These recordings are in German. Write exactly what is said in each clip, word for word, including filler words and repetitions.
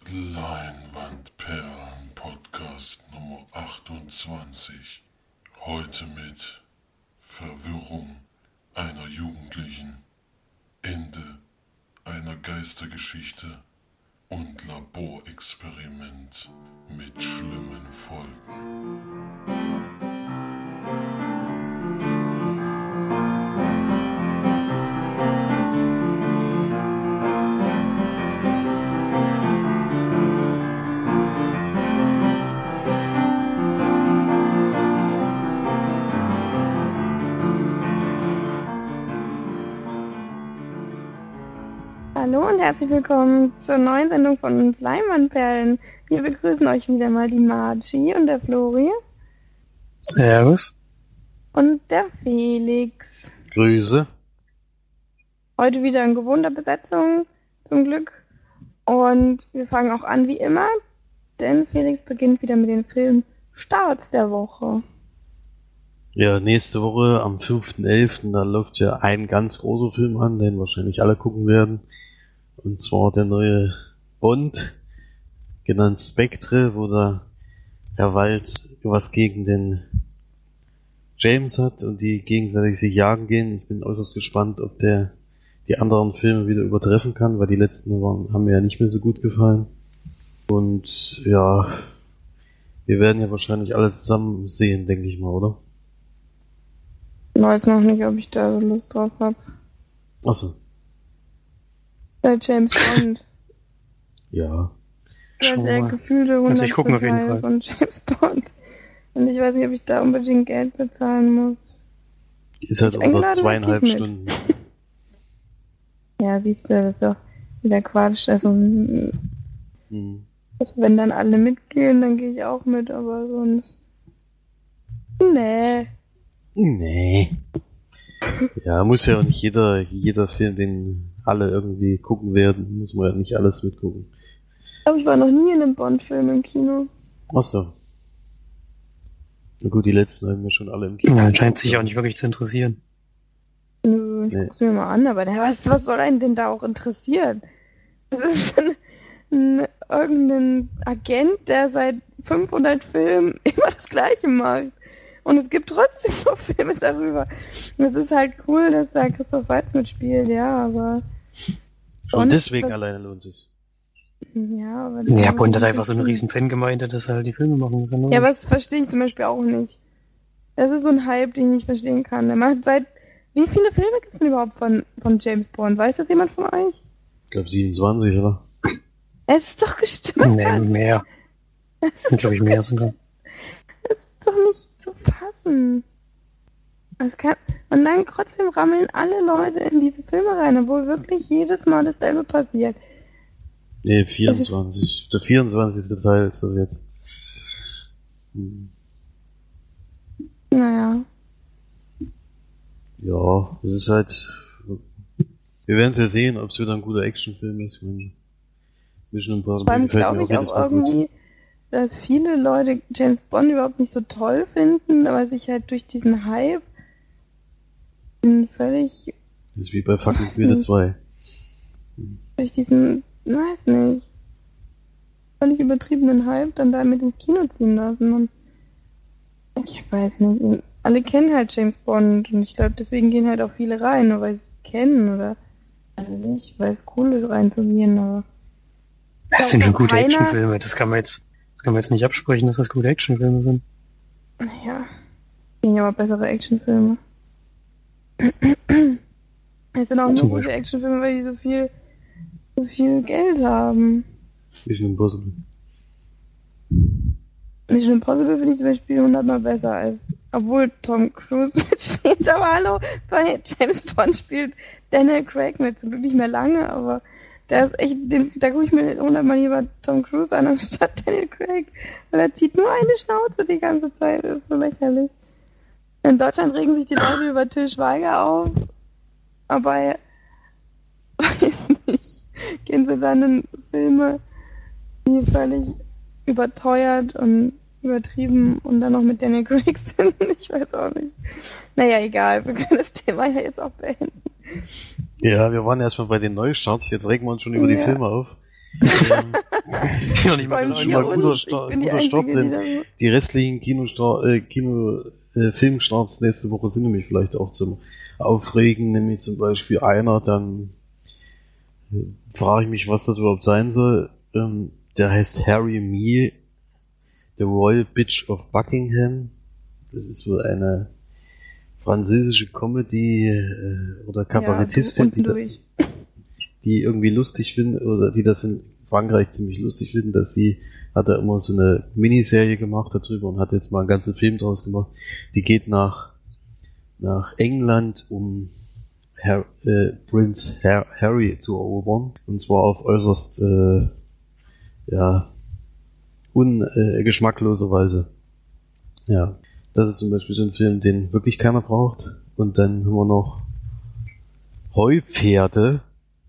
Leinwandperlen Podcast Nummer achtundzwanzig. Heute mit Verwirrung einer Jugendlichen, Ende einer Geistergeschichte und Laborexperiment mit schlimmen Folgen. Hallo und herzlich willkommen zur neuen Sendung von uns Leinwandperlen. Wir begrüßen euch wieder mal die Margie und der Flori. Servus. Und der Felix. Grüße. Heute wieder in gewohnter Besetzung, zum Glück. Und wir fangen auch an wie immer, denn Felix beginnt wieder mit den Filmstarts der Woche. Ja, nächste Woche am fünften elften da läuft ja ein ganz großer Film an, den wahrscheinlich alle gucken werden. Und zwar der neue Bond, genannt Spectre, wo da Herr Walz was gegen den James hat und die gegenseitig sich jagen gehen. Ich bin äußerst gespannt, ob der die anderen Filme wieder übertreffen kann, weil die letzten waren, haben mir ja nicht mehr so gut gefallen. Und ja, wir werden ja wahrscheinlich alle zusammen sehen, denke ich mal, oder? Ich weiß noch nicht, ob ich da so Lust drauf habe. Achso. Bei James Bond. Ja. Ja, der gefühlte hundertste Teil von James Bond. Und ich weiß nicht, ob ich da unbedingt Geld bezahlen muss. Ist halt auch nur zweieinhalb Stunden. Ja, siehst du, das ist doch wieder Quatsch. Also, hm. also wenn dann alle mitgehen, dann gehe ich auch mit, aber sonst... Nee. Nee. Ja, muss ja auch nicht jeder, jeder Film, den alle irgendwie gucken werden, muss man ja nicht alles mitgucken. Ich glaube, ich war noch nie in einem Bond-Film im Kino. Ach so. Na gut, die letzten haben wir schon alle im Kino. Ja, scheint sich auch nicht wirklich zu interessieren. Nö, ich nee. guck's mir mal an, aber was, was soll einen denn da auch interessieren? Das ist ein, ein, irgendein Agent, der seit fünfhundert Filmen immer das Gleiche macht. Und es gibt trotzdem noch Filme darüber. Und es ist halt cool, dass da Christoph Waltz mitspielt, ja, aber... Schon deswegen was... alleine lohnt sich. Ja, aber... Ja, Bond hat einfach so eine riesen Fangemeinde, dass er halt die Filme machen muss. Ja, aber das verstehe ich zum Beispiel auch nicht. Das ist so ein Hype, den ich nicht verstehen kann. Der macht seit... Wie viele Filme gibt es denn überhaupt von, von James Bond? Weiß das jemand von euch? Ich glaube siebenundzwanzig, oder? Es ist doch gestimmt. Nee, mehr. Das sind, glaube ich, mehr sogar. Das ist doch nicht zu fassen. Es kann, und dann trotzdem rammeln alle Leute in diese Filme rein, obwohl wirklich jedes Mal dasselbe passiert. Nee, vierundzwanzig. Ist, der vierundzwanzigste Teil ist das jetzt. Hm. Naja. Ja, es ist halt... Wir werden es ja sehen, ob es wieder ein guter Actionfilm ist. Ich meine, Mission Impossible Vor allem glaube ich auch irgendwie... Gut. Dass viele Leute James Bond überhaupt nicht so toll finden, aber sich halt durch diesen Hype völlig... Das ist wie bei fucking Quille zwei. Durch diesen, weiß nicht, völlig übertriebenen Hype dann da mit ins Kino ziehen lassen. Und ich weiß nicht, alle kennen halt James Bond und ich glaube, deswegen gehen halt auch viele rein, nur weil sie es kennen oder weiß ich, weil es cool ist reinzugehen, aber... Das sind schon gute keiner... Actionfilme, das kann man jetzt... Das kann man jetzt nicht absprechen, dass das gute Actionfilme sind. Naja, es sind aber bessere Actionfilme. Es sind auch nur gute Actionfilme, weil die so viel, so viel Geld haben. Mission Impossible. Mission Impossible finde ich zum Beispiel hundertmal besser als, obwohl Tom Cruise mitspielt, aber hallo, bei James Bond spielt Daniel Craig mit, zum Glück nicht mehr lange, aber der ist echt, den, da gucke ich mir hundertmal lieber Tom Cruise an, anstatt Daniel Craig. Weil er zieht nur eine Schnauze die ganze Zeit. Das ist so lächerlich. In Deutschland regen sich die Leute über Til Schweiger auf. Aber, weiß nicht, gehen sie dann in Filme, die völlig überteuert und übertrieben und dann noch mit Daniel Craig sind. Ich weiß auch nicht. Naja, egal. Wir können das Thema ja jetzt auch beenden. Ja, wir waren erstmal bei den Neustarts, jetzt regen wir uns schon über ja. die Filme auf. ähm, Die noch nicht mal Vor allem Schon mal guter, ich Sta- bin die guter Start, Einzige, die denn da... die restlichen Kinostar äh, Kino, äh, Filmstarts nächste Woche sind nämlich vielleicht auch zum Aufregen, nämlich zum Beispiel einer, dann äh, frage ich mich, was das überhaupt sein soll. Ähm, der heißt Harry Mee, The Royal Bitch of Buckingham. Das ist wohl eine französische Comedy äh, oder Kabarettistin, ja, die, da, die irgendwie lustig finden, oder die das in Frankreich ziemlich lustig finden, dass sie hat er immer so eine Miniserie gemacht darüber und hat jetzt mal einen ganzen Film draus gemacht. Die geht nach nach England, um Her- äh, Prince Her- Harry zu erobern, und zwar auf äußerst äh, ja ungeschmacklose äh, Weise. Ja, das ist zum Beispiel so ein Film, den wirklich keiner braucht. Und dann haben wir noch Heupferde,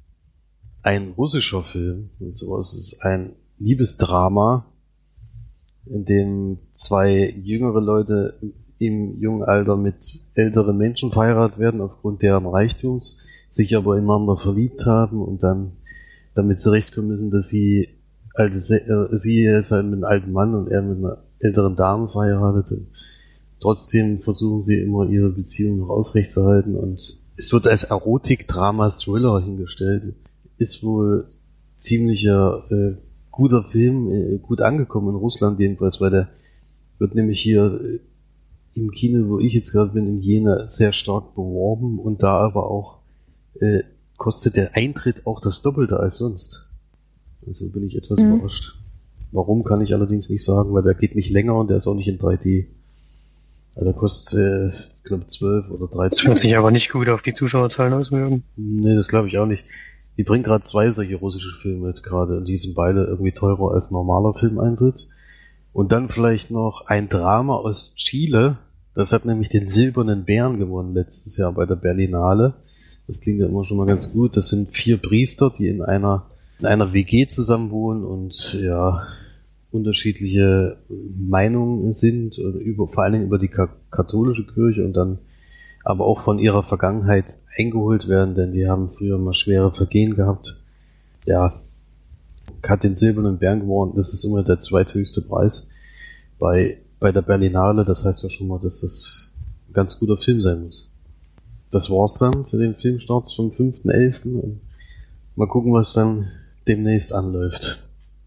ein russischer Film, und sowas ist ein Liebesdrama, in dem zwei jüngere Leute im jungen Alter mit älteren Menschen verheiratet werden aufgrund deren Reichtums, sich aber ineinander verliebt haben und dann damit zurechtkommen müssen, dass sie alte äh, sie ist halt mit einem alten Mann und er mit einer älteren Dame verheiratet, und trotzdem versuchen sie immer ihre Beziehung noch aufrechtzuerhalten, und es wird als Erotik-Drama-Thriller hingestellt. Ist wohl ziemlicher äh, guter Film, äh, gut angekommen in Russland jedenfalls, weil der wird nämlich hier äh, im Kino, wo ich jetzt gerade bin, in Jena, sehr stark beworben, und da aber auch äh, kostet der Eintritt auch das Doppelte als sonst. Also bin ich etwas mhm. überrascht. Warum, kann ich allerdings nicht sagen, weil der geht nicht länger und der ist auch nicht in drei D. Also der kostet, äh, ich glaube, zwölf oder dreizehn. Das hört sich aber nicht gut auf die Zuschauerzahlen auswirken. Nee, das glaube ich auch nicht. Die bringen gerade zwei solche russische Filme mit gerade, und die sind beide irgendwie teurer als normaler Filmeintritt. Und dann vielleicht noch ein Drama aus Chile. Das hat nämlich den Silbernen Bären gewonnen letztes Jahr bei der Berlinale. Das klingt ja immer schon mal ganz gut. Das sind vier Priester, die in einer in einer W G zusammenwohnen und ja unterschiedliche Meinungen sind, über, vor allen Dingen über die ka- katholische Kirche, und dann aber auch von ihrer Vergangenheit eingeholt werden, denn die haben früher mal schwere Vergehen gehabt. Ja, hat den Silbernen Bären gewonnen. Das ist immer der zweithöchste Preis bei bei der Berlinale. Das heißt ja schon mal, dass das ein ganz guter Film sein muss. Das war's dann zu den Filmstarts vom fünften elften Und mal gucken, was dann demnächst anläuft.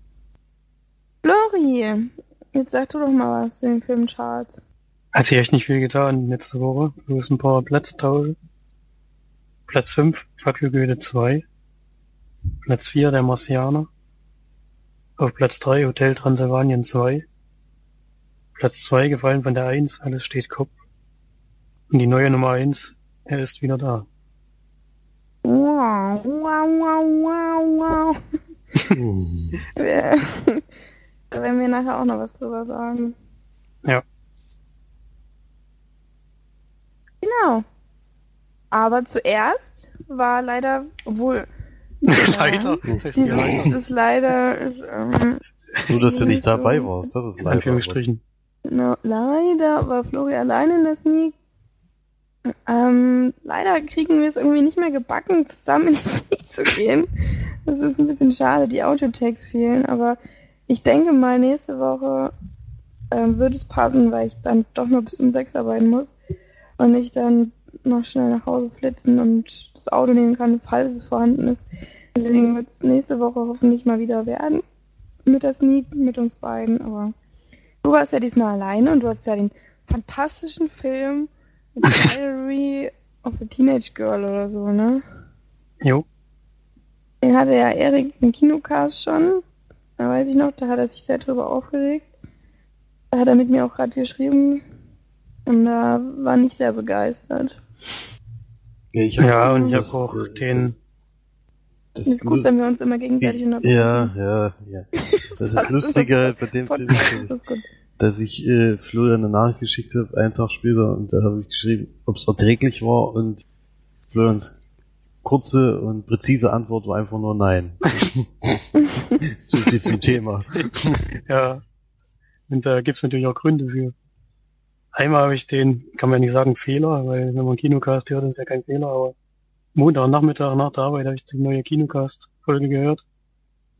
Flori, jetzt sag du doch mal was zu den Filmcharts. Hat sich echt nicht viel getan letzte Woche. Du hast ein paar Plätze tauschen. Platz fünf, Fuck you Goethe zwei. Platz vier, Der Marsianer. Auf Platz drei, Hotel Transylvanien zwei. Platz zwei, gefallen von der eins, Alles steht Kopf. Und die neue Nummer eins, Er ist wieder da. Wow, wow, wow, wow, wow. Da werden wir nachher auch noch was drüber sagen. Ja. Genau. Aber zuerst war leider, obwohl... Leider? Das heißt dieses, leider. das leider... Ist, ähm, Nur, dass du nicht so, dabei warst, das ist In leider. Anführungsstrichen. Genau, leider war Flori alleine in der Sneak. Ähm, leider kriegen wir es irgendwie nicht mehr gebacken, zusammen in die Sneak zu gehen. Das ist ein bisschen schade, die Audiotags fehlen, aber ich denke mal, nächste Woche ähm, würde es passen, weil ich dann doch noch bis um sechs arbeiten muss und ich dann noch schnell nach Hause flitzen und das Auto nehmen kann, falls es vorhanden ist. Deswegen wird es nächste Woche hoffentlich mal wieder werden mit der Sneak, mit uns beiden, aber du warst ja diesmal alleine und du hast ja den fantastischen Film mit Diary of a Teenage Girl oder so, ne? Jo. Den hatte ja Erik im Kinocast schon. Da weiß ich noch, da hat er sich sehr drüber aufgeregt. Da hat er mit mir auch gerade geschrieben. Und da war nicht sehr begeistert. Ja, ich hab Ja, und ich das, habe auch äh, den... Das, das Es ist gut, wenn wir uns immer gegenseitig unterbrechen. Ja, ja, ja. Das ist das Lustige halt bei dem Film, Das ist gut. dass ich äh, Florian eine Nachricht geschickt habe, einen Tag später, und da habe ich geschrieben, ob es erträglich war, und Florians kurze und präzise Antwort war einfach nur nein. So viel zum Thema. Ja. Und da gibt's natürlich auch Gründe für. Einmal habe ich den, kann man ja nicht sagen Fehler, weil wenn man einen Kinocast hört, ist ja kein Fehler, aber Montag Nachmittag nach der Arbeit habe ich die neue Kinocast-Folge gehört.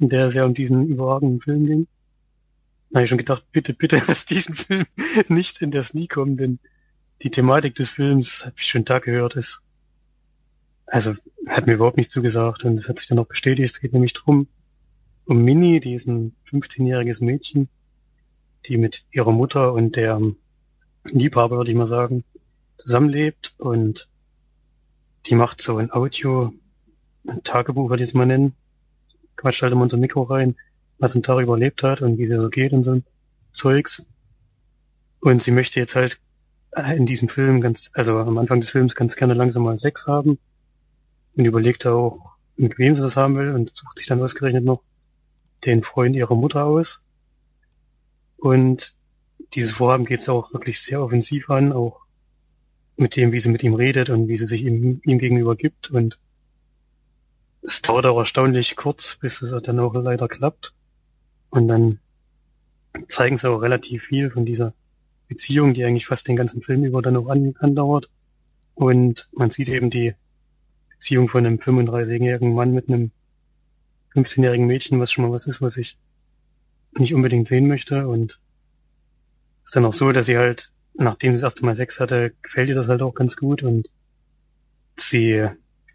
in der es ja um diesen überragenden Film ging. Da habe ich schon gedacht, bitte, bitte, lass diesen Film nicht in der Sneak kommen, denn die Thematik des Films, habe ich schon da gehört, ist, also hat mir überhaupt nicht zugesagt und es hat sich dann auch bestätigt. Es geht nämlich drum, um Minnie, die ist ein fünfzehnjähriges Mädchen, die mit ihrer Mutter und der Liebhaber, würde ich mal sagen, zusammenlebt und die macht so ein Audio, ein Tagebuch, würde ich es mal nennen, quatscht halt immer in so ein Mikro rein, was ein Tag überlebt hat und wie sie so geht und so ein Zeugs. Und sie möchte jetzt halt in diesem Film ganz, also am Anfang des Films ganz gerne langsam mal Sex haben und überlegt auch, mit wem sie das haben will und sucht sich dann ausgerechnet noch den Freund ihrer Mutter aus. Und dieses Vorhaben geht es auch wirklich sehr offensiv an, auch mit dem, wie sie mit ihm redet und wie sie sich ihm, ihm gegenüber gibt. Und es dauert auch erstaunlich kurz, bis es dann auch leider klappt. Und dann zeigen sie auch relativ viel von dieser Beziehung, die eigentlich fast den ganzen Film über dann auch an, andauert. Und man sieht eben die Beziehung von einem fünfunddreißigjährigen Mann mit einem fünfzehnjährigen Mädchen, was schon mal was ist, was ich nicht unbedingt sehen möchte. Und es ist dann auch so, dass sie halt, nachdem sie das erste Mal Sex hatte, gefällt ihr das halt auch ganz gut und sie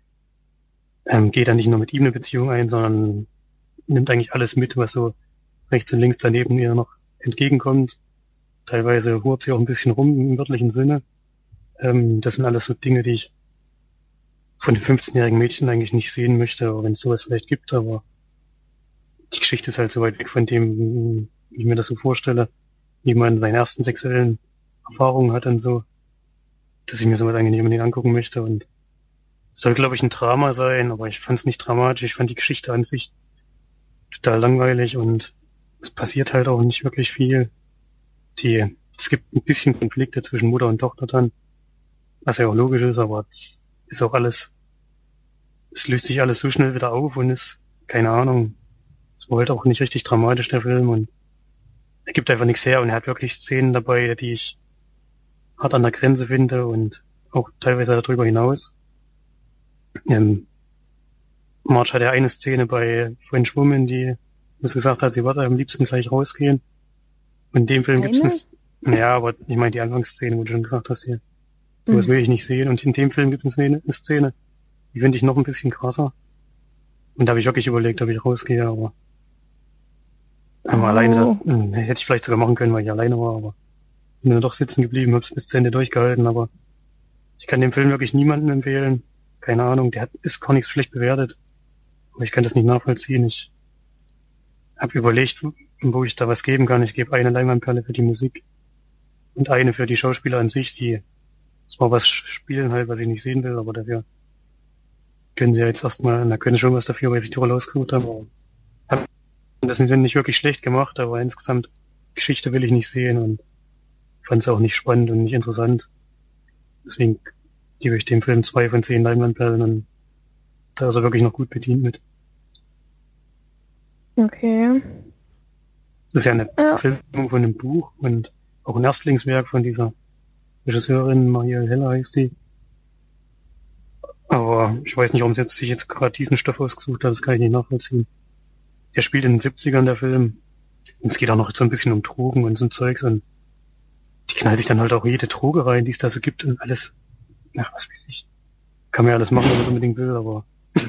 ähm, geht dann nicht nur mit ihm eine Beziehung ein, sondern nimmt eigentlich alles mit, was so rechts und links daneben ihr noch entgegenkommt. Teilweise hurt sie auch ein bisschen rum im wörtlichen Sinne. Ähm, das sind alles so Dinge, die ich von den fünfzehnjährigen Mädchen eigentlich nicht sehen möchte, auch wenn es sowas vielleicht gibt, aber die Geschichte ist halt so weit weg von dem, wie ich mir das so vorstelle, wie man seine ersten sexuellen Erfahrungen hat und so, dass ich mir sowas eigentlich nicht unbedingt angucken möchte. Und es soll, glaube ich, ein Drama sein, aber ich fand es nicht dramatisch. Ich fand die Geschichte an sich total langweilig und es passiert halt auch nicht wirklich viel. Die, es gibt ein bisschen Konflikte zwischen Mutter und Tochter dann, was ja auch logisch ist, aber es ist auch alles, es löst sich alles so schnell wieder auf und ist, keine Ahnung, es war halt auch nicht richtig dramatisch, der Film, und er gibt einfach nichts her und er hat wirklich Szenen dabei, die ich hart an der Grenze finde und auch teilweise darüber hinaus. Ähm, Marge hat ja eine Szene bei French Woman, die uns gesagt hat, sie wollte am liebsten gleich rausgehen. Und in dem Film Eine? gibt's es, ja, aber ich meine die Anfangsszene, wo du schon gesagt hast, hier, sowas Mhm. will ich nicht sehen. Und in dem Film gibt es eine, eine Szene, die finde ich noch ein bisschen krasser. Und da habe ich wirklich überlegt, ob ich rausgehe, aber, aber Oh. alleine, da, hm, hätte ich vielleicht sogar machen können, weil ich alleine war, aber bin dann doch sitzen geblieben, hab's bis zu Ende durchgehalten, aber ich kann den Film wirklich niemandem empfehlen. Keine Ahnung, der hat, ist gar nicht so schlecht bewertet. Aber ich kann das nicht nachvollziehen. Ich habe überlegt, wo ich da was geben kann. Ich gebe eine Leinwandperle für die Musik und eine für die Schauspieler an sich, die zwar was spielen halt, was ich nicht sehen will, aber dafür können sie ja jetzt erstmal, da können sie schon was dafür, weil sie die Rolle ausgesucht haben. Aber haben das nicht, nicht wirklich schlecht gemacht, aber insgesamt Geschichte will ich nicht sehen und fand es auch nicht spannend und nicht interessant. Deswegen gebe ich dem Film zwei von zehn Leinwandperlen und da ist er wirklich noch gut bedient mit. Okay. Es ist ja eine Ja. Verfilmung von einem Buch und auch ein Erstlingswerk von dieser Regisseurin, Marielle Heller heißt die. Aber ich weiß nicht, warum sie jetzt, sich jetzt gerade diesen Stoff ausgesucht hat, das kann ich nicht nachvollziehen. Der spielt in den siebzigern, der Film. Und es geht auch noch so ein bisschen um Drogen und so ein Zeugs und die knallt sich dann halt auch jede Droge rein, die es da so gibt und alles, ach, was weiß ich. Kann man ja alles machen, wenn man es unbedingt will, aber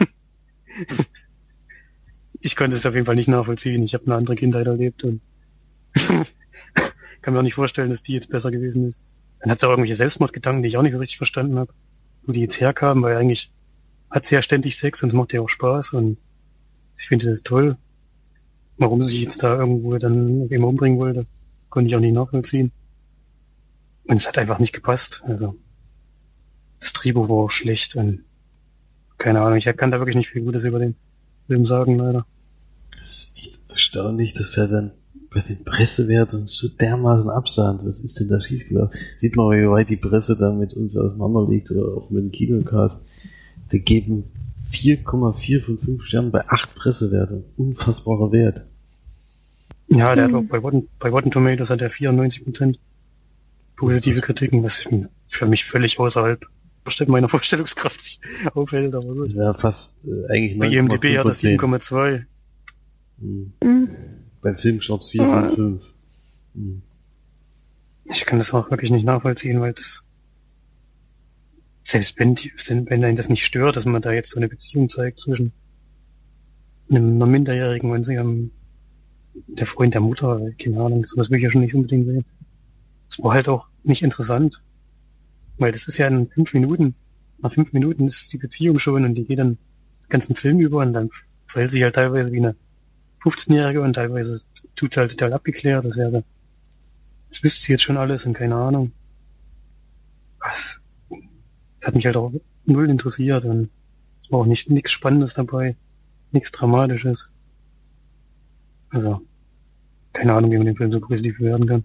ich konnte es auf jeden Fall nicht nachvollziehen. Ich habe eine andere Kindheit erlebt und kann mir auch nicht vorstellen, dass die jetzt besser gewesen ist. Dann hat sie auch irgendwelche Selbstmordgedanken, die ich auch nicht so richtig verstanden habe, wo die jetzt herkamen, weil eigentlich hat sie ja ständig Sex und es macht ihr auch Spaß und sie findet das toll. Warum sie sich jetzt da irgendwo dann immer umbringen wollte, konnte ich auch nicht nachvollziehen. Und es hat einfach nicht gepasst. Also das Drehbuch war auch schlecht und keine Ahnung, ich kann da wirklich nicht viel Gutes über den Film sagen, leider. Das ist echt erstaunlich, dass der dann bei den Pressewertungen so dermaßen absahnt. Was ist denn da schiefgelaufen? Sieht man, wie weit die Presse da mit uns auseinanderliegt oder auch mit dem Kinocast. Die geben vier Komma vier von fünf Sternen bei acht Pressewertungen. Unfassbarer Wert. Ja, der Hm. hat auch bei Rotten, bei Rotten Tomatoes hat er vierundneunzig Prozent positive Kritiken, was für mich völlig außerhalb meiner Vorstellungskraft sich aufhält, aber gut. Das wäre fast äh, eigentlich Bei I M D B hat er sieben Komma zwei. Hm. Mhm. Bei Filmstarts vier Ja. von fünf. Hm. Ich kann das auch wirklich nicht nachvollziehen, weil das, selbst wenn, die, wenn einen das nicht stört, dass man da jetzt so eine Beziehung zeigt zwischen einem, einer Minderjährigen und ihrem, der Freund der Mutter, keine Ahnung, sowas will ich ja schon nicht unbedingt sehen. Das war halt auch nicht interessant. Weil das ist ja in fünf Minuten, nach fünf Minuten ist die Beziehung schon und die geht dann den ganzen Film über und dann verhält sich halt teilweise wie eine fünfzehnjährige und teilweise tut halt total abgeklärt, das wäre so, das wüsste sie jetzt schon alles und keine Ahnung. Was? Das hat mich halt auch null interessiert und es war auch nicht nichts Spannendes dabei, nichts Dramatisches. Also, keine Ahnung, wie man den Film so positiv bewerten kann.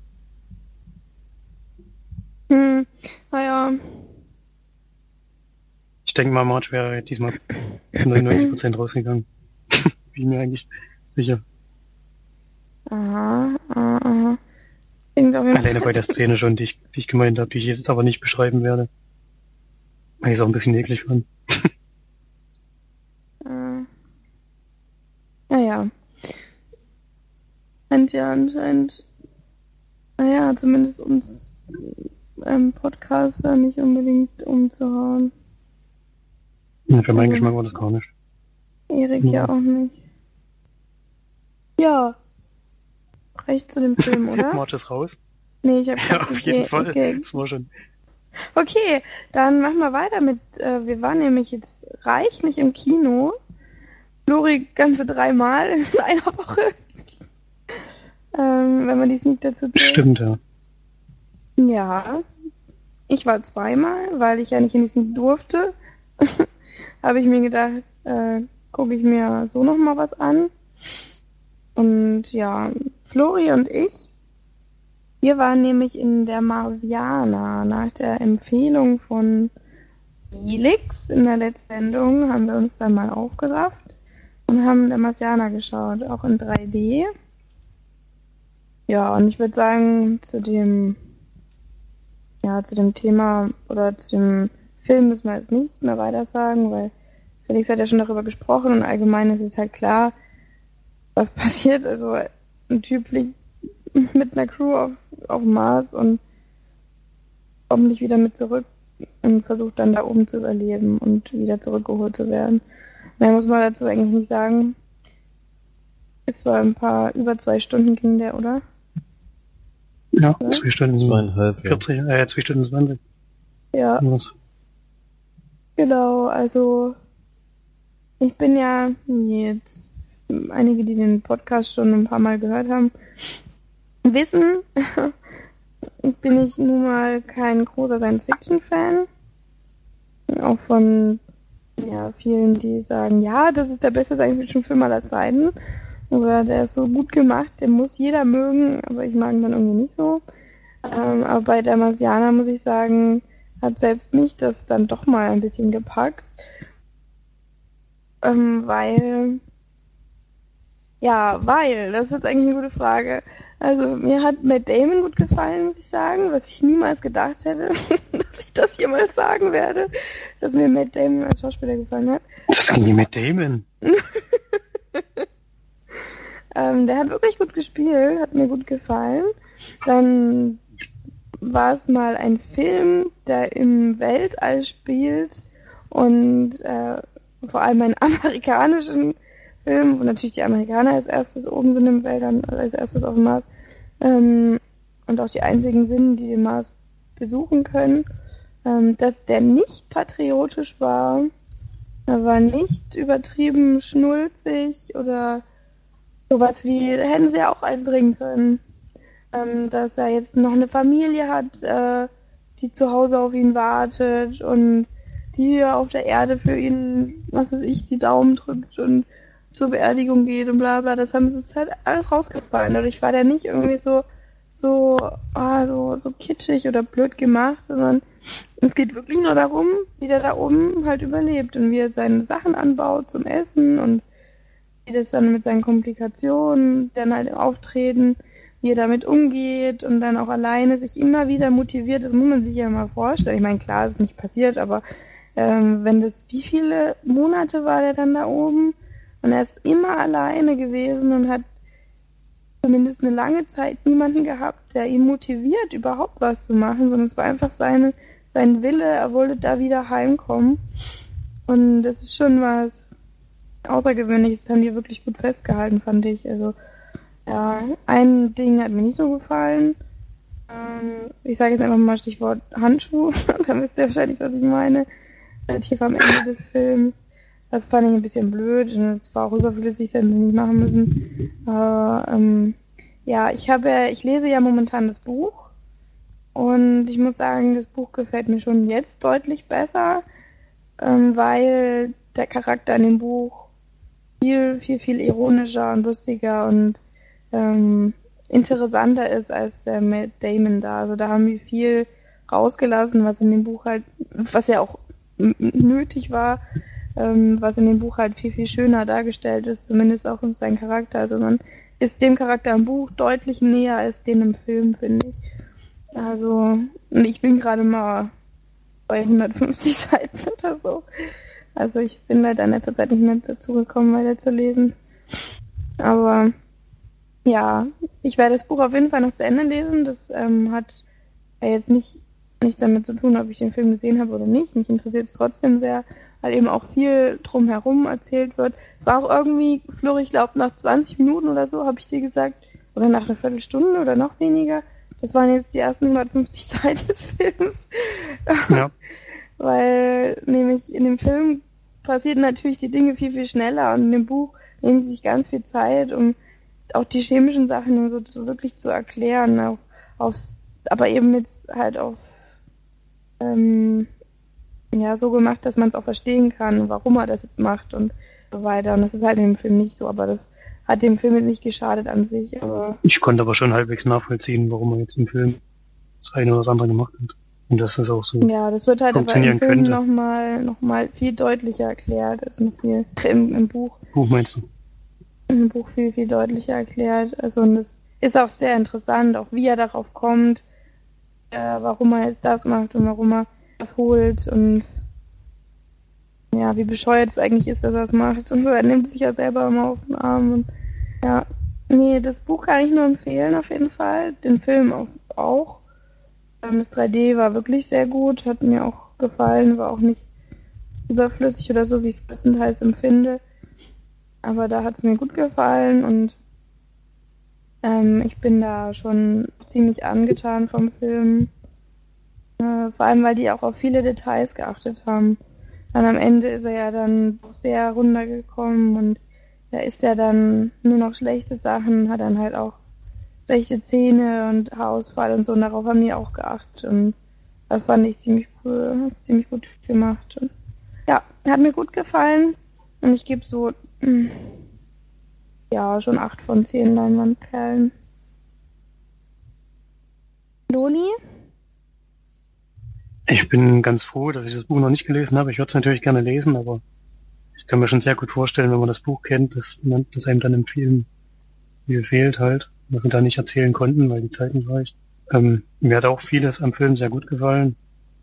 Hm, naja. Ich denke mal, Marge wäre diesmal zu neunundneunzig Prozent rausgegangen. Bin mir eigentlich sicher. Aha, aha, aha. Klingt auf jeden Alleine Fall- bei der Szene schon, die ich, die ich gemeint habe, die ich jetzt aber nicht beschreiben werde. Weil ich es auch ein bisschen eklig fand. Äh, naja. Scheint ja anscheinend, naja, zumindest uns ähm, Podcaster nicht unbedingt umzuhauen. Für meinen Also- Geschmack war das gar nicht. Erik Ja. ja auch nicht. Ja. Reicht zu dem Film, oder? Marge ist raus. Nee, ich hab Ja, grad auf okay, jeden Fall. Okay. Das war schon. Okay, dann machen wir weiter mit, äh, wir waren nämlich jetzt reichlich im Kino. Flori ganze dreimal in einer Woche. ähm, wenn man die Sneak dazu zählt. Stimmt, ja. Ja. Ich war zweimal, weil ich ja nicht in die Sneak durfte. Habe ich mir gedacht, äh, gucke ich mir so nochmal was an. Und ja, Flori und ich, wir waren nämlich in der Marsianer. Nach der Empfehlung von Felix in der letzten Sendung haben wir uns dann mal aufgerafft und haben der Marsianer geschaut, auch in drei D. Ja, und ich würde sagen, zu dem, ja, zu dem Thema oder zu dem Film müssen wir jetzt nichts mehr weiter sagen, weil Felix hat ja schon darüber gesprochen und allgemein ist es halt klar, was passiert. Also ein Typ fliegt mit einer Crew auf, auf dem Mars und kommt nicht wieder mit zurück und versucht dann da oben zu überleben und wieder zurückgeholt zu werden. Mehr muss man dazu eigentlich nicht sagen. Es war ein paar, über zwei Stunden ging der, oder? Ja, Ja. zwei Stunden Zweieinhalb, ja. vierzig, äh, zwei Stunden zwanzig. Ja. Sowas. Genau, also ich bin ja jetzt, einige, die den Podcast schon ein paar Mal gehört haben, wissen, bin ich nun mal kein großer Science-Fiction-Fan. Auch von ja, vielen, die sagen, ja, das ist der beste Science-Fiction-Film aller Zeiten. Oder der ist so gut gemacht, den muss jeder mögen, aber ich mag ihn dann irgendwie nicht so. Ähm, aber bei der Marsianer muss ich sagen, hat selbst mich das dann doch mal ein bisschen gepackt. Ähm, weil, ja, weil, das ist jetzt eigentlich eine gute Frage. Also mir hat Matt Damon gut gefallen, muss ich sagen, was ich niemals gedacht hätte, dass ich das jemals sagen werde, dass mir Matt Damon als Schauspieler gefallen hat. Das ging nie mit Damon. Ähm, der hat wirklich gut gespielt, hat mir gut gefallen. Dann war es mal ein Film, der im Weltall spielt und äh, vor allem einen amerikanischen Film, wo natürlich die Amerikaner als erstes oben sind im Weltall, als erstes auf dem Mars ähm, und auch die einzigen sind, die den Mars besuchen können, ähm, dass der nicht patriotisch war, er war nicht übertrieben schnulzig oder sowas wie, hätten sie ja auch einbringen können, ähm, dass er jetzt noch eine Familie hat, äh, die zu Hause auf ihn wartet und die hier auf der Erde für ihn, was weiß ich, die Daumen drückt und zur Beerdigung geht und bla bla. Das haben sie es halt alles rausgefallen. Dadurch war der nicht irgendwie so so, ah, so so kitschig oder blöd gemacht, sondern es geht wirklich nur darum, wie der da oben halt überlebt und wie er seine Sachen anbaut zum Essen und wie das dann mit seinen Komplikationen dann halt auftreten, wie er damit umgeht und dann auch alleine sich immer wieder motiviert. Das muss man sich ja mal vorstellen. Ich meine, klar, es ist nicht passiert, aber ähm, wenn das, wie viele Monate war der dann da oben Und er ist immer alleine gewesen und hat zumindest eine lange Zeit niemanden gehabt, der ihn motiviert, überhaupt was zu machen, sondern es war einfach seine, sein Wille, er wollte da wieder heimkommen. Und das ist schon was Außergewöhnliches, das haben die wirklich gut festgehalten, fand ich. Also, ja, ein Ding hat mir nicht so gefallen. Ähm, ich sage jetzt einfach mal Stichwort Handschuh, da wisst ihr wahrscheinlich, was ich meine. Relativ am Ende des Films. Das fand ich ein bisschen blöd und es war auch überflüssig, das hätten sie nicht machen müssen. Aber, ähm, ja, ich habe, ich lese ja momentan das Buch und ich muss sagen, das Buch gefällt mir schon jetzt deutlich besser, ähm, weil der Charakter in dem Buch viel, viel, viel ironischer und lustiger und ähm, interessanter ist als der Matt Damon da. Also da haben wir viel rausgelassen, was in dem Buch halt, was ja auch n- nötig war, ähm, was in dem Buch halt viel, viel schöner dargestellt ist, zumindest auch um seinen Charakter. Also man ist dem Charakter im Buch deutlich näher als den im Film, finde ich. Also, und ich bin gerade mal bei hundertfünfzig Seiten oder so. Also ich bin leider in letzter Zeit nicht mehr dazu gekommen, weiter zu lesen. Aber ja, ich werde das Buch auf jeden Fall noch zu Ende lesen. Das ähm, hat ja jetzt nicht nichts damit zu tun, ob ich den Film gesehen habe oder nicht. Mich interessiert es trotzdem sehr, weil eben auch viel drumherum erzählt wird. Es war auch irgendwie, Flori, ich glaube nach zwanzig Minuten oder so, habe ich dir gesagt, oder nach einer Viertelstunde oder noch weniger. Das waren jetzt die ersten hundertfünfzig Seiten des Films. Ja. Weil nämlich in dem Film passieren natürlich die Dinge viel, viel schneller und in dem Buch nehmen sie sich ganz viel Zeit, um auch die chemischen Sachen so, so wirklich zu erklären, auch aufs, aber eben jetzt halt auf ähm, ja, so gemacht, dass man es auch verstehen kann, warum er das jetzt macht und so weiter. Und das ist halt in dem Film nicht so, aber das hat dem Film jetzt nicht geschadet an sich. Aber Ich konnte aber schon halbwegs nachvollziehen, warum er jetzt im Film das eine oder das andere gemacht hat. Und dass das auch so ja, das wird halt aber im funktionieren Film könnte. nochmal noch mal viel deutlicher erklärt, also noch viel im, im Buch. Buch meinst du? Im Buch viel, viel deutlicher erklärt. Also und es ist auch sehr interessant, auch wie er darauf kommt, äh, warum er jetzt das macht und warum er das holt und ja, wie bescheuert es eigentlich ist, dass er das macht. Und so, er nimmt sich ja selber immer auf den Arm und ja, nee, das Buch kann ich nur empfehlen auf jeden Fall. Den Film auch. auch. Das drei D war wirklich sehr gut, hat mir auch gefallen, war auch nicht überflüssig oder so, wie ich es größtenteils empfinde. Aber da hat es mir gut gefallen und ähm, ich bin da schon ziemlich angetan vom Film. Äh, vor allem, weil die auch auf viele Details geachtet haben. Dann am Ende ist er ja dann auch sehr runtergekommen und da ist er dann nur noch schlechte Sachen, hat dann halt auch schlechte Zähne und Haarausfall und so, und darauf haben die auch geachtet und das fand ich ziemlich cool, ziemlich gut gemacht. Und ja, hat mir gut gefallen und ich gebe so mh, ja, schon acht von zehn Leinwandperlen. Loli? Ich bin ganz froh, dass ich das Buch noch nicht gelesen habe. Ich würde es natürlich gerne lesen, aber ich kann mir schon sehr gut vorstellen, wenn man das Buch kennt, dass, dass einem dann im Film viel fehlt halt, was sie da nicht erzählen konnten, weil die Zeit nicht reicht. Ähm, mir hat auch vieles am Film sehr gut gefallen.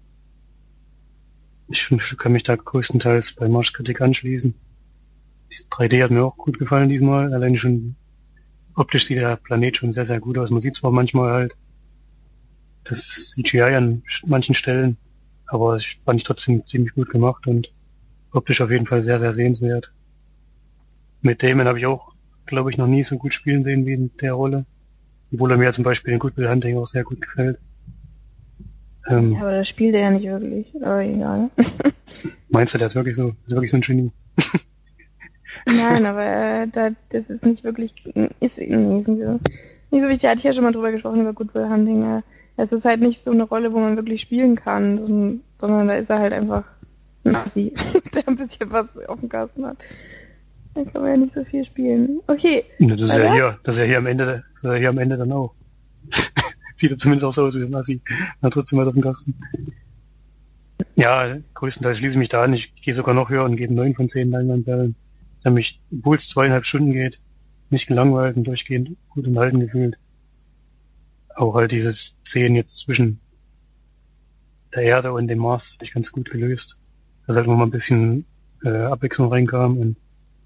Ich, ich kann mich da größtenteils bei Marsch Kritik anschließen. Das drei D hat mir auch gut gefallen diesmal. Allein schon optisch sieht der Planet schon sehr, sehr gut aus. Man sieht zwar manchmal halt das C G I an manchen Stellen, aber ich fand ich trotzdem ziemlich gut gemacht und optisch auf jeden Fall sehr, sehr sehenswert. Mit Damon habe ich auch, glaube ich, noch nie so gut spielen sehen wie in der Rolle. Obwohl er mir zum Beispiel in Good Will Hunting auch sehr gut gefällt. Ähm, Ja, aber das spielt er ja nicht wirklich, aber egal. Meinst du, der ist wirklich so, ist wirklich so ein Genie? Nein, aber äh, da, das ist nicht wirklich, ist, nee, ist nicht so, nicht so wichtig. Da hatte ich ja schon mal drüber gesprochen, über Good Will Hunting. Äh, es ist halt nicht so eine Rolle, wo man wirklich spielen kann, sondern, sondern da ist er halt einfach ein Assi, der ein bisschen was auf dem Kasten hat. Da kann man ja nicht so viel spielen. Okay. Das ist ja weiter? hier, das ist ja hier am Ende, das ist ja hier am Ende dann auch. Sieht ja zumindest auch so aus wie ein Assi. Hat trotzdem was auf dem Kasten. Ja, größtenteils schließe ich mich da an. Ich gehe sogar noch höher und gebe neun von zehn Leinwandperlen. Ich habe mich, obwohl es zweieinhalb Stunden geht, nicht gelangweilt und durchgehend gut unterhalten gefühlt. Auch halt dieses Szenen jetzt zwischen der Erde und dem Mars habe ich ganz gut gelöst. Dass halt immer mal ein bisschen äh, Abwechslung reinkam und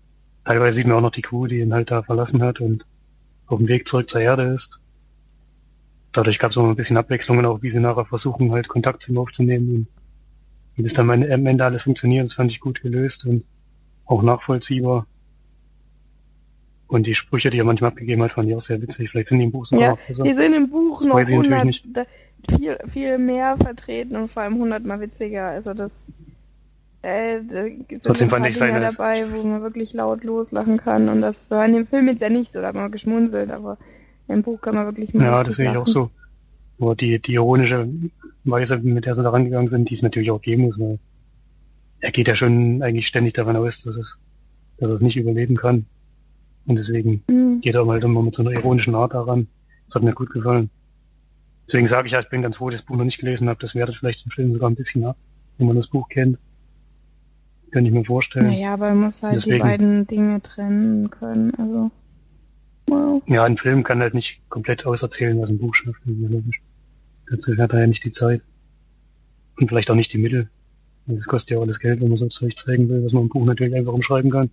teilweise sieht man auch noch die Crew, die ihn halt da verlassen hat und auf dem Weg zurück zur Erde ist. Dadurch gab es auch ein bisschen Abwechslungen, auch wie sie nachher versuchen, halt Kontakt zu ihm aufzunehmen. Und wie das dann am Ende alles funktioniert, das fand ich gut gelöst und auch nachvollziehbar. Und die Sprüche, die er manchmal abgegeben hat, fand ich auch sehr witzig. Vielleicht sind die im Buch sogar Ja, noch besser. die sind im Buch Das noch weiß ich natürlich hundert, nicht. da- viel, viel mehr vertreten und vor allem hundertmal witziger. Also das, äh, da sind Trotzdem ein paar fand ich Dinge seine- dabei, wo man wirklich laut loslachen kann. Und das war in dem Film jetzt ja nicht so, da hat man geschmunzelt, aber im Buch kann man wirklich mal Ja, richtig das sehe ich auch lachen. so. Nur die, die ironische Weise, mit der sie da rangegangen sind, die es natürlich auch geben muss, weil er geht ja schon eigentlich ständig davon aus, dass es, dass er es nicht überleben kann. Und deswegen Mhm. geht er halt immer mit so einer ironischen Art daran. Das hat mir gut gefallen. Deswegen sage ich ja, ich bin ganz froh, dass ich das Buch noch nicht gelesen habe. Das wertet vielleicht den Film sogar ein bisschen ab, wenn man das Buch kennt. Könnte ich mir vorstellen. Naja, aber man muss halt Deswegen- die beiden Dinge trennen können. Also, wow. Ja, ein Film kann halt nicht komplett auserzählen, was ein Buch schafft. Das ist ja logisch. Dazu hat er ja nicht die Zeit. Und vielleicht auch nicht die Mittel. Das kostet ja auch alles Geld, wenn man so Zeug zeigen will, was man im Buch natürlich einfach umschreiben kann.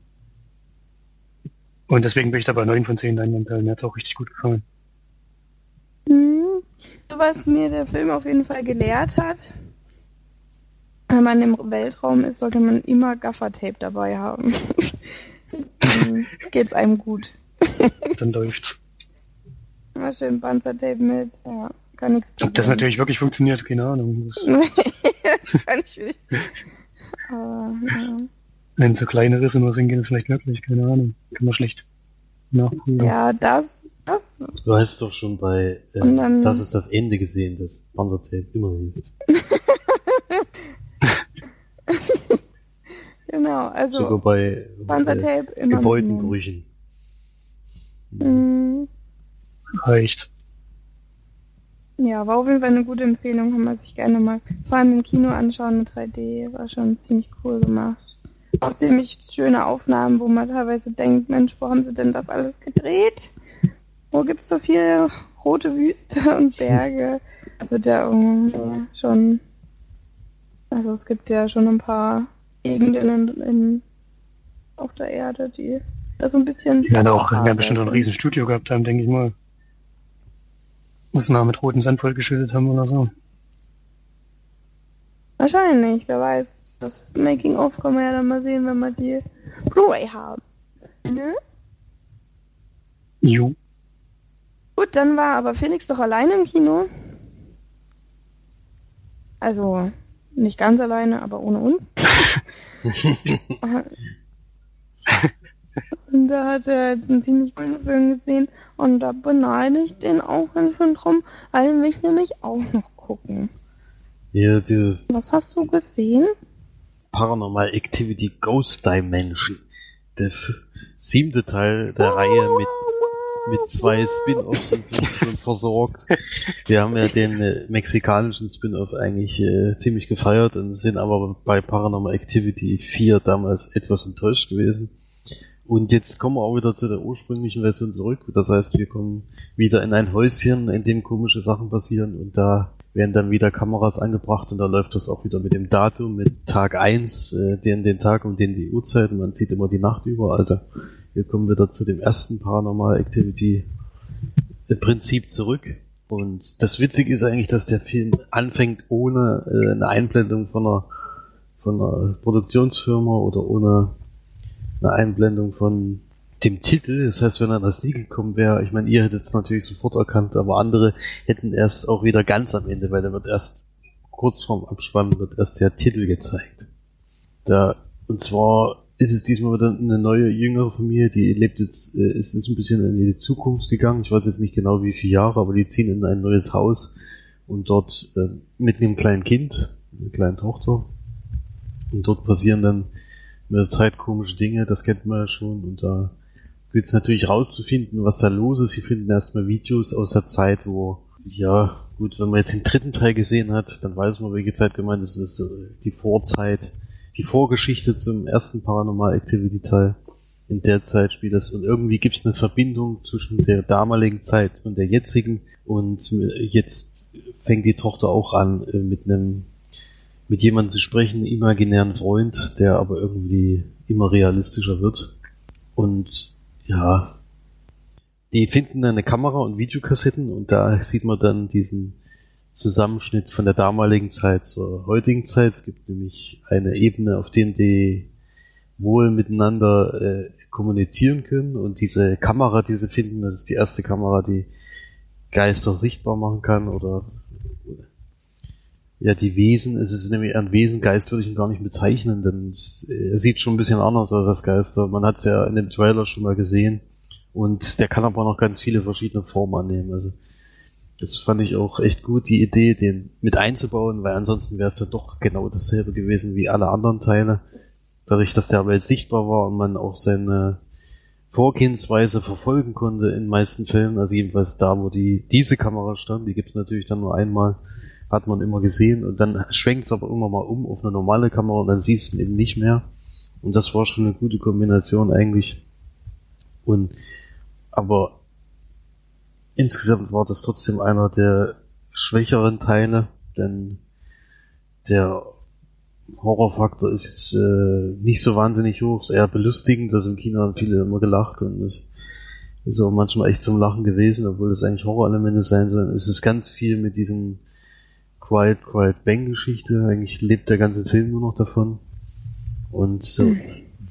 Und deswegen bin ich da bei neun von zehn Leinwandperlen. Mir hat's auch richtig gut gefallen. Mhm. So, was mir der Film auf jeden Fall gelehrt hat, wenn man im Weltraum ist, sollte man immer Gaffertape dabei haben. Dann geht's einem gut. Dann läuft's. Immer schön Panzertape mit, ja, kann nichts Ob das natürlich wirklich funktioniert, keine Ahnung. Das, das kann ich nicht. Aber, ja. wenn so kleine Risse nur sind, geht es vielleicht wirklich, keine Ahnung. Kann man schlecht nachprüfen. ja, das, das, Du hast doch schon bei äh, Und dann- Das ist das Ende gesehen, dass Panzertape immer hilft. genau, Sogar also bei äh, Panzertape immer mitnehmen. Gebäudenbrüchen. Mhm. Reicht. Ja, war auf jeden Fall eine gute Empfehlung, kann man sich gerne mal vor allem im Kino anschauen mit drei D, war schon ziemlich cool gemacht. Auch ziemlich schöne Aufnahmen, wo man teilweise denkt, Mensch, wo haben sie denn das alles gedreht? Wo gibt's so viel rote Wüste und Berge? Also der irgendwie schon, also es gibt ja schon ein paar Gegenden in, in, auf der Erde, die da so ein bisschen... Die werden auch, die werden bestimmt auch ein sind. Riesenstudio gehabt haben, denke ich mal. Müssen da mit rotem Sand vollgeschüttet haben oder so. Wahrscheinlich, wer weiß. Das Making-of kann man ja dann mal sehen, wenn wir die Blu-ray haben. Ne? Jo. Gut, dann war aber Felix doch alleine im Kino. Also, nicht ganz alleine, aber ohne uns. Und da hat er jetzt einen ziemlich coolen Film gesehen und da beneide ich den auch ganz schön drum, weil den will ich nämlich auch noch gucken. Ja, die Was hast du gesehen? Paranormal Activity Ghost Dimension. Der f- siebte Teil der Reihe mit mit zwei Spin-Offs sind wir schon versorgt. Wir haben ja den äh, mexikanischen Spin-Off eigentlich äh, ziemlich gefeiert und sind aber bei Paranormal Activity vier damals etwas enttäuscht gewesen. Und jetzt kommen wir auch wieder zu der ursprünglichen Version zurück. Das heißt, wir kommen wieder in ein Häuschen, in dem komische Sachen passieren und da werden dann wieder Kameras angebracht und da läuft das auch wieder mit dem Datum, mit Tag eins, äh, den, den Tag und den die Uhrzeit und man sieht immer die Nacht über. Also wir kommen wieder zu dem ersten Paranormal Activity Prinzip zurück. Und das Witzige ist eigentlich, dass der Film anfängt ohne äh, eine Einblendung von einer, von einer Produktionsfirma oder ohne eine Einblendung von dem Titel. Das heißt, wenn er das nie gekommen wäre, ich meine, ihr hättet es natürlich sofort erkannt, aber andere hätten erst auch wieder ganz am Ende, weil da wird erst kurz vorm Abspann wird erst der Titel gezeigt. Da, und zwar ist es diesmal wieder eine neue, jüngere Familie, die lebt jetzt, äh, ist, ist ein bisschen in die Zukunft gegangen. Ich weiß jetzt nicht genau wie viele Jahre, aber die ziehen in ein neues Haus und dort äh, mit einem kleinen Kind, einer kleinen Tochter. Und dort passieren dann mit der Zeit komische Dinge, das kennt man ja schon. Und da gilt es natürlich rauszufinden, was da los ist. Sie finden erstmal Videos aus der Zeit, wo, ja, gut, wenn man jetzt den dritten Teil gesehen hat, dann weiß man, welche Zeit gemeint ist. Das ist so die Vorzeit, die Vorgeschichte zum ersten Paranormal Activity Teil. In der Zeit spielt das und irgendwie gibt es eine Verbindung zwischen der damaligen Zeit und der jetzigen und jetzt fängt die Tochter auch an mit einem mit jemandem zu sprechen, einen imaginären Freund, der aber irgendwie immer realistischer wird. Und ja, die finden dann eine Kamera und Videokassetten und da sieht man dann diesen Zusammenschnitt von der damaligen Zeit zur heutigen Zeit. Es gibt nämlich eine Ebene, auf der die wohl miteinander äh, kommunizieren können und diese Kamera, die sie finden, das ist die erste Kamera, die Geister sichtbar machen kann oder ja, die Wesen, es ist nämlich ein Wesen, Geist würde ich ihn gar nicht bezeichnen, denn er sieht schon ein bisschen anders aus als Geister. Man hat es ja in dem Trailer schon mal gesehen und der kann aber noch ganz viele verschiedene Formen annehmen. Also das fand ich auch echt gut, die Idee, den mit einzubauen, weil ansonsten wäre es dann doch genau dasselbe gewesen wie alle anderen Teile. Dadurch, dass der Welt sichtbar war und man auch seine Vorgehensweise verfolgen konnte in den meisten Fällen, also jedenfalls da, wo die diese Kamera stand, die gibt es natürlich dann nur einmal, hat man immer gesehen und dann schwenkt es aber immer mal um auf eine normale Kamera und dann siehst du ihn eben nicht mehr. Und das war schon eine gute Kombination eigentlich. Und aber insgesamt war das trotzdem einer der schwächeren Teile, denn der Horrorfaktor ist jetzt äh, nicht so wahnsinnig hoch, ist eher belustigend, also im Kino haben viele immer gelacht und es ist auch manchmal echt zum Lachen gewesen, obwohl das eigentlich Horrorelemente sein sollen. Es ist ganz viel mit diesen Quiet, Quiet Bang Geschichte, eigentlich lebt der ganze Film nur noch davon und so.